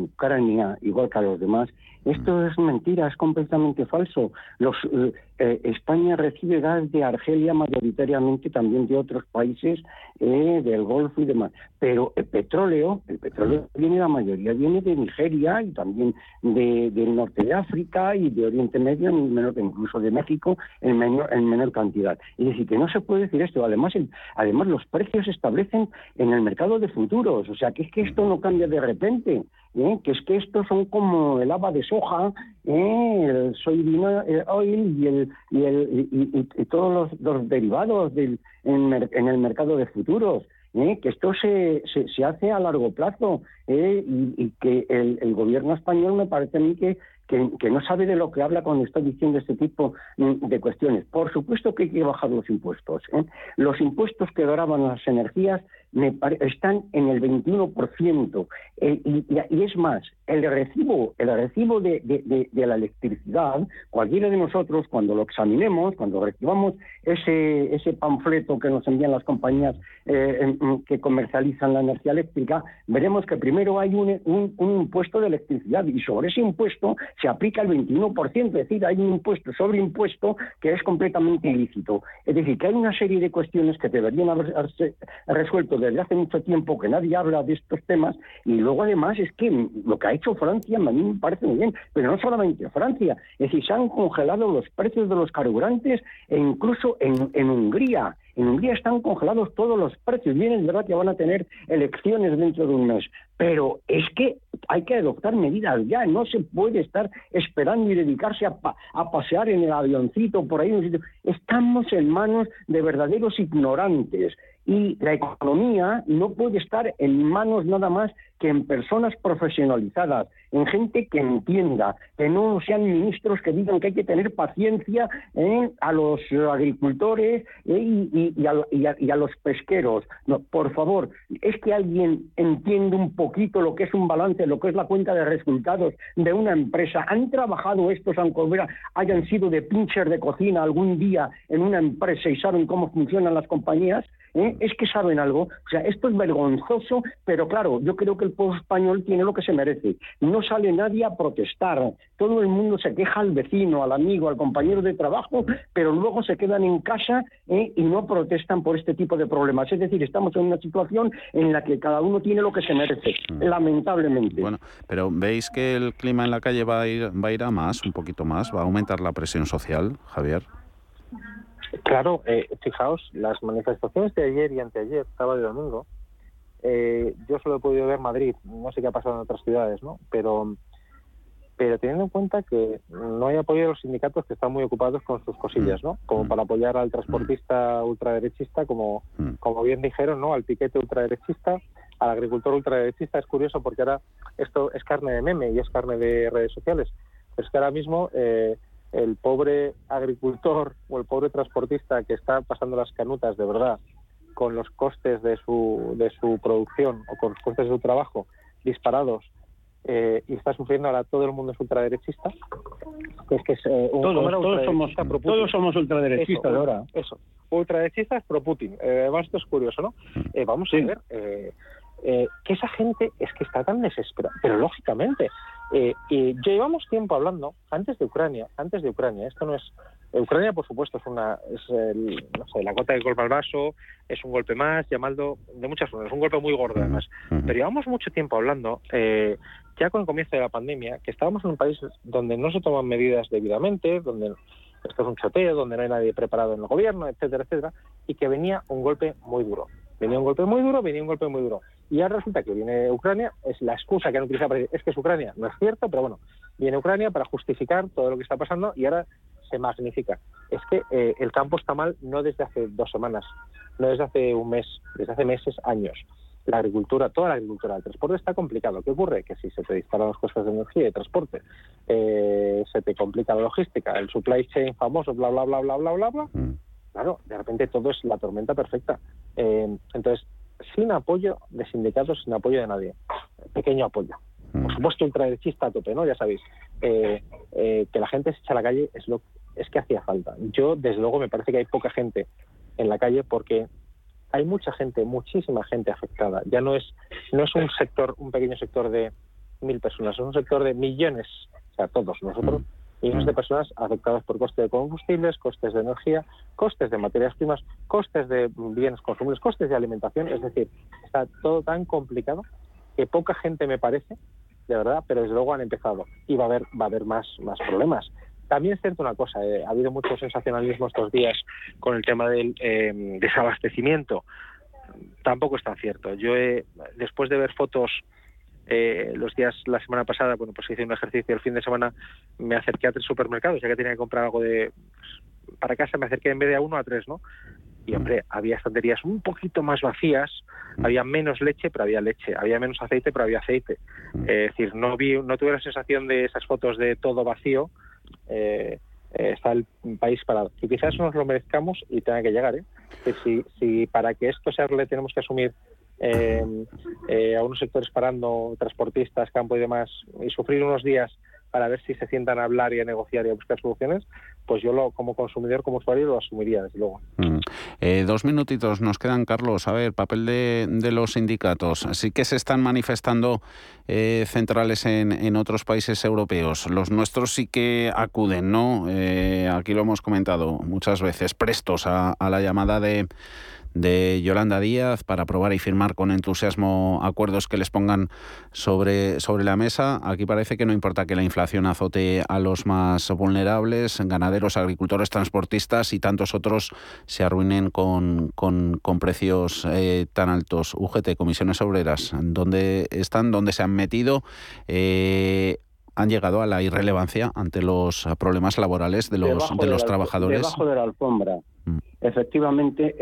Ucrania, igual que a los demás, esto es mentira, es completamente falso. España recibe gas de Argelia mayoritariamente, también de otros países del Golfo y demás. Pero el petróleo viene, la mayoría viene de Nigeria y también del norte de África y de Oriente Medio, incluso de México, en menor cantidad. Es decir, que no se puede decir esto. Además los precios se establecen en el mercado de futuros. O sea, que es que esto no cambia de repente. Que es que estos son como el haba de soja, el soybean oil y todos los derivados en el mercado de futuros. Que esto se hace a largo plazo, y que el gobierno español me parece a mí que no sabe de lo que habla cuando está diciendo este tipo de cuestiones. Por supuesto que hay que bajar los impuestos. Los impuestos que gravan las energías están en el 21%. Y es más, el recibo de la electricidad, cualquiera de nosotros, cuando lo examinemos, cuando recibamos ese panfleto que nos envían las compañías que comercializan la energía eléctrica, veremos que primero hay un impuesto de electricidad, y sobre ese impuesto se aplica el 21%, es decir, hay un impuesto sobre impuesto que es completamente ilícito. Es decir, que hay una serie de cuestiones que deberían haberse resuelto desde hace mucho tiempo, que nadie habla de estos temas, y luego además es que lo que ha hecho Francia a mí me parece muy bien, pero no solamente Francia, es decir, se han congelado los precios de los carburantes, e incluso en Hungría. En Hungría están congelados todos los precios. Bien, es verdad que van a tener elecciones dentro de un mes, pero es que hay que adoptar medidas ya. No se puede estar esperando y dedicarse a pasear en el avioncito por ahí. Estamos en manos de verdaderos ignorantes. Y la economía no puede estar en manos nada más que en personas profesionalizadas, en gente que entienda, que no sean ministros que digan que hay que tener paciencia a los agricultores y a los pesqueros. No, por favor, es que alguien entiende un poquito lo que es un balance, lo que es la cuenta de resultados de una empresa. ¿Han trabajado estos, aunque hayan sido de pincher de cocina algún día en una empresa y saben cómo funcionan las compañías? Es que saben algo. O sea, esto es vergonzoso, pero claro, yo creo que el pueblo español tiene lo que se merece. No sale nadie a protestar. Todo el mundo se queja al vecino, al amigo, al compañero de trabajo, pero luego se quedan en casa y no protestan por este tipo de problemas. Es decir, estamos en una situación en la que cada uno tiene lo que se merece, lamentablemente. Bueno, pero ¿veis que el clima en la calle va a ir a más, un poquito más? ¿Va a aumentar la presión social, Javier? Claro, fijaos, las manifestaciones de ayer y anteayer, sábado y domingo, yo solo he podido ver Madrid, no sé qué ha pasado en otras ciudades, ¿no? Pero teniendo en cuenta que no hay apoyo de los sindicatos, que están muy ocupados con sus cosillas, ¿no? Como para apoyar al transportista ultraderechista, como bien dijeron, ¿no? Al piquete ultraderechista, al agricultor ultraderechista. Es curioso porque ahora esto es carne de meme y es carne de redes sociales, pero es que ahora mismo el pobre agricultor o el pobre transportista que está pasando las canutas de verdad con los costes de su producción o con los costes de su trabajo disparados, y está sufriendo, ahora todo el mundo es ultraderechista. Es que es todos somos ultraderechistas ahora. Eso, ultraderechistas pro Putin. Además, esto es curioso, ¿no? Vamos a ver que esa gente es que está tan desesperada, pero lógicamente llevamos tiempo hablando antes de Ucrania. Esto no es Ucrania, por supuesto, la gota de golpe al vaso, es un golpe más, llamadlo de muchas formas, es un golpe muy gordo además. Pero llevamos mucho tiempo hablando, ya con el comienzo de la pandemia, que estábamos en un país donde no se toman medidas debidamente, donde esto es un choteo, donde no hay nadie preparado en el gobierno, etcétera, etcétera, y que venía un golpe muy duro. Venía un golpe muy duro. Y ahora resulta que viene Ucrania, es la excusa que han utilizado para decir, es que es Ucrania. No es cierto, pero bueno, viene Ucrania para justificar todo lo que está pasando y ahora se magnifica. Es que el campo está mal no desde hace 2 semanas, no desde hace un mes, desde hace meses, años. La agricultura, toda la agricultura, el transporte está complicado. ¿Qué ocurre? Que si se te disparan los costes de energía y transporte, se te complica la logística, el supply chain famoso, bla, bla, bla, bla, bla, bla, bla. Claro, de repente todo es la tormenta perfecta. Entonces, sin apoyo de sindicatos, sin apoyo de nadie. Pequeño apoyo. Por supuesto, ultraderechista a tope, ¿no? Ya sabéis. Que la gente se echa a la calle es que hacía falta. Yo, desde luego, me parece que hay poca gente en la calle porque hay mucha gente, muchísima gente afectada. Ya no es un pequeño sector de 10.000 personas. Es un sector de millones, o sea, todos nosotros, millones de personas afectadas por costes de combustibles, costes de energía, costes de materias primas, costes de bienes consumibles, costes de alimentación. Es decir, está todo tan complicado que poca gente, me parece, de verdad, pero desde luego han empezado y va a haber más problemas. También es cierto una cosa, ha habido mucho sensacionalismo estos días con el tema del desabastecimiento. Tampoco es tan cierto. Yo después de ver fotos la semana pasada, pues hice un ejercicio el fin de semana, me acerqué a 3 supermercados, ya que tenía que comprar algo para casa, me acerqué en vez de a 1 a 3, ¿no? Y hombre, había estanterías un poquito más vacías, había menos leche, pero había leche, había menos aceite, pero había aceite. Es decir, no tuve la sensación de esas fotos de todo vacío. Está el país parado. Y quizás nos lo merezcamos y tenga que llegar, ¿eh? Si para que esto se arregle tenemos que asumir a unos sectores parando, transportistas, campo y demás, y sufrir unos días para ver si se sientan a hablar y a negociar y a buscar soluciones, pues yo como consumidor, como usuario, lo asumiría, desde luego. 2 minutitos nos quedan, Carlos. A ver, papel de los sindicatos. Sí que se están manifestando centrales en otros países europeos. Los nuestros sí que acuden, ¿no? Aquí lo hemos comentado muchas veces, prestos a la llamada de Yolanda Díaz para aprobar y firmar con entusiasmo acuerdos que les pongan sobre la mesa. Aquí parece que no importa que la inflación azote a los más vulnerables, ganaderos, agricultores, transportistas y tantos otros se arruinen con precios tan altos. UGT, Comisiones Obreras, ¿dónde están? ¿Dónde se han metido? Han llegado a la irrelevancia ante los problemas laborales de los trabajadores. Debajo de la alfombra. Efectivamente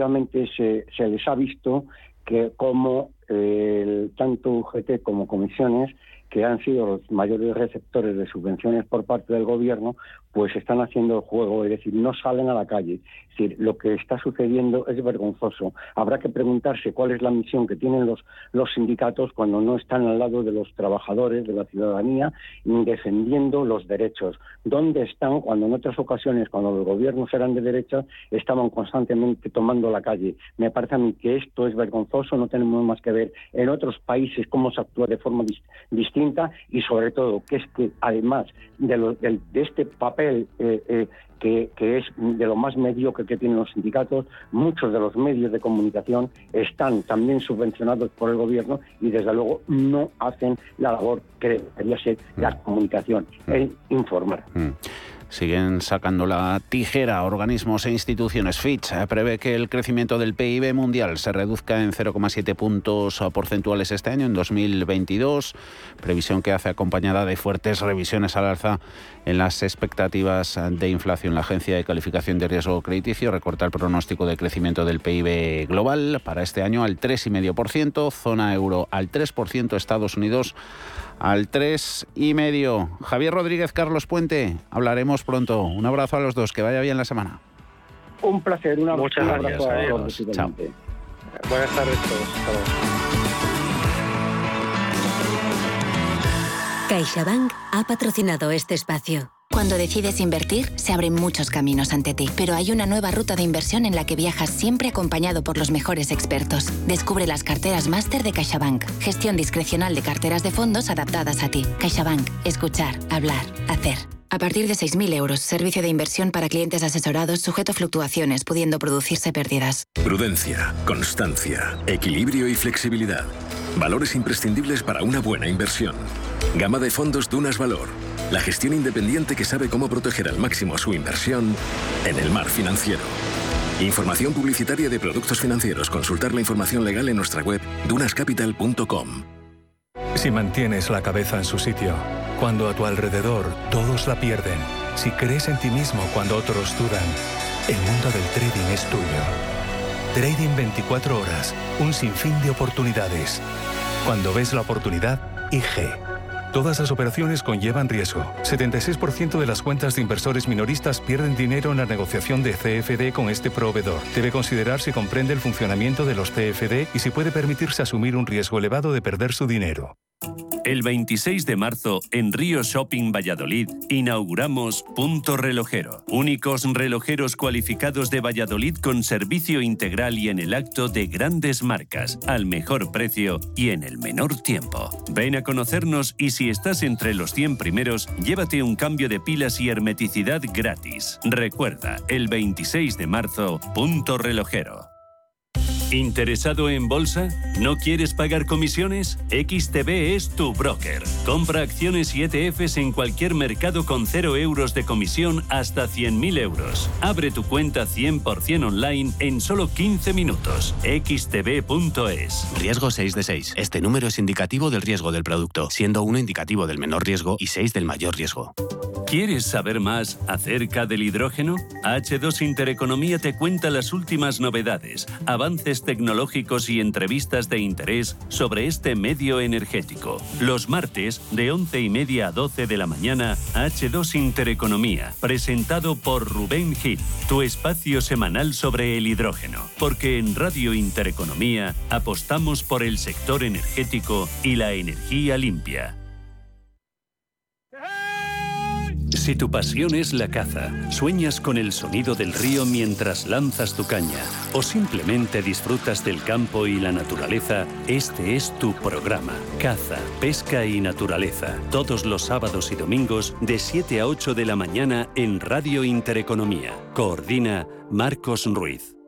se les ha visto que como tanto UGT como comisiones, que han sido los mayores receptores de subvenciones por parte del gobierno, pues están haciendo el juego, es decir, no salen a la calle. Es decir, lo que está sucediendo es vergonzoso. Habrá que preguntarse cuál es la misión que tienen los sindicatos cuando no están al lado de los trabajadores, de la ciudadanía, defendiendo los derechos. ¿Dónde están cuando en otras ocasiones, cuando los gobiernos eran de derecha, estaban constantemente tomando la calle? Me parece a mí que esto es vergonzoso, no tenemos más que ver en otros países cómo se actúa de forma distinta y sobre todo que es que además de este papel que es de lo más mediocre que tienen los sindicatos, muchos de los medios de comunicación están también subvencionados por el gobierno y desde luego no hacen la labor que debería ser la comunicación, el informar. Siguen sacando la tijera organismos e instituciones. Fitch prevé que el crecimiento del PIB mundial se reduzca en 0,7 puntos porcentuales este año, en 2022. Previsión que hace acompañada de fuertes revisiones al alza en las expectativas de inflación. La Agencia de Calificación de Riesgo Crediticio recorta el pronóstico de crecimiento del PIB global para este año al 3,5%, zona euro al 3%, Estados Unidos al 3,5%. Javier Rodríguez, Carlos Puente, hablaremos pronto. Un abrazo a los dos, que vaya bien la semana. Un placer, muchas gracias a todos. Chao. Buenas tardes a todos. CaixaBank ha patrocinado este espacio. Cuando decides invertir, se abren muchos caminos ante ti, pero hay una nueva ruta de inversión en la que viajas siempre acompañado por los mejores expertos. Descubre las carteras máster de CaixaBank. Gestión discrecional de carteras de fondos adaptadas a ti. CaixaBank. Escuchar, hablar, hacer. A partir de 6.000 euros, servicio de inversión para clientes asesorados sujeto a fluctuaciones, pudiendo producirse pérdidas. Prudencia, constancia, equilibrio y flexibilidad. Valores imprescindibles para una buena inversión. Gama de fondos Dunas Valor. La gestión independiente que sabe cómo proteger al máximo su inversión en el mar financiero. Información publicitaria de productos financieros. Consultar la información legal en nuestra web dunascapital.com. Si mantienes la cabeza en su sitio, cuando a tu alrededor todos la pierden, si crees en ti mismo cuando otros dudan, el mundo del trading es tuyo. Trading 24 horas, un sinfín de oportunidades. Cuando ves la oportunidad, IG. Todas las operaciones conllevan riesgo. 76% de las cuentas de inversores minoristas pierden dinero en la negociación de CFD con este proveedor. Debe considerar si comprende el funcionamiento de los CFD y si puede permitirse asumir un riesgo elevado de perder su dinero. El 26 de marzo, en Río Shopping Valladolid, inauguramos Punto Relojero. Únicos relojeros cualificados de Valladolid con servicio integral y en el acto de grandes marcas, al mejor precio y en el menor tiempo. Ven a conocernos y si estás entre los 100 primeros, llévate un cambio de pilas y hermeticidad gratis. Recuerda, el 26 de marzo, Punto Relojero. ¿Interesado en bolsa? ¿No quieres pagar comisiones? XTB es tu broker. Compra acciones y ETFs en cualquier mercado con 0 euros de comisión hasta 100.000 euros. Abre tu cuenta 100% online en solo 15 minutos. XTB.es. Riesgo 6 de 6. Este número es indicativo del riesgo del producto, siendo 1 indicativo del menor riesgo y 6 del mayor riesgo. ¿Quieres saber más acerca del hidrógeno? H2 Intereconomía te cuenta las últimas novedades, avances tecnológicos y entrevistas de interés sobre este medio energético. Los martes, de 11:30 a 12 de la mañana, H2 Intereconomía, presentado por Rubén Gil, tu espacio semanal sobre el hidrógeno. Porque en Radio Intereconomía apostamos por el sector energético y la energía limpia. Si tu pasión es la caza, sueñas con el sonido del río mientras lanzas tu caña o simplemente disfrutas del campo y la naturaleza, este es tu programa. Caza, pesca y naturaleza. Todos los sábados y domingos de 7 a 8 de la mañana en Radio Intereconomía. Coordina Marcos Ruiz.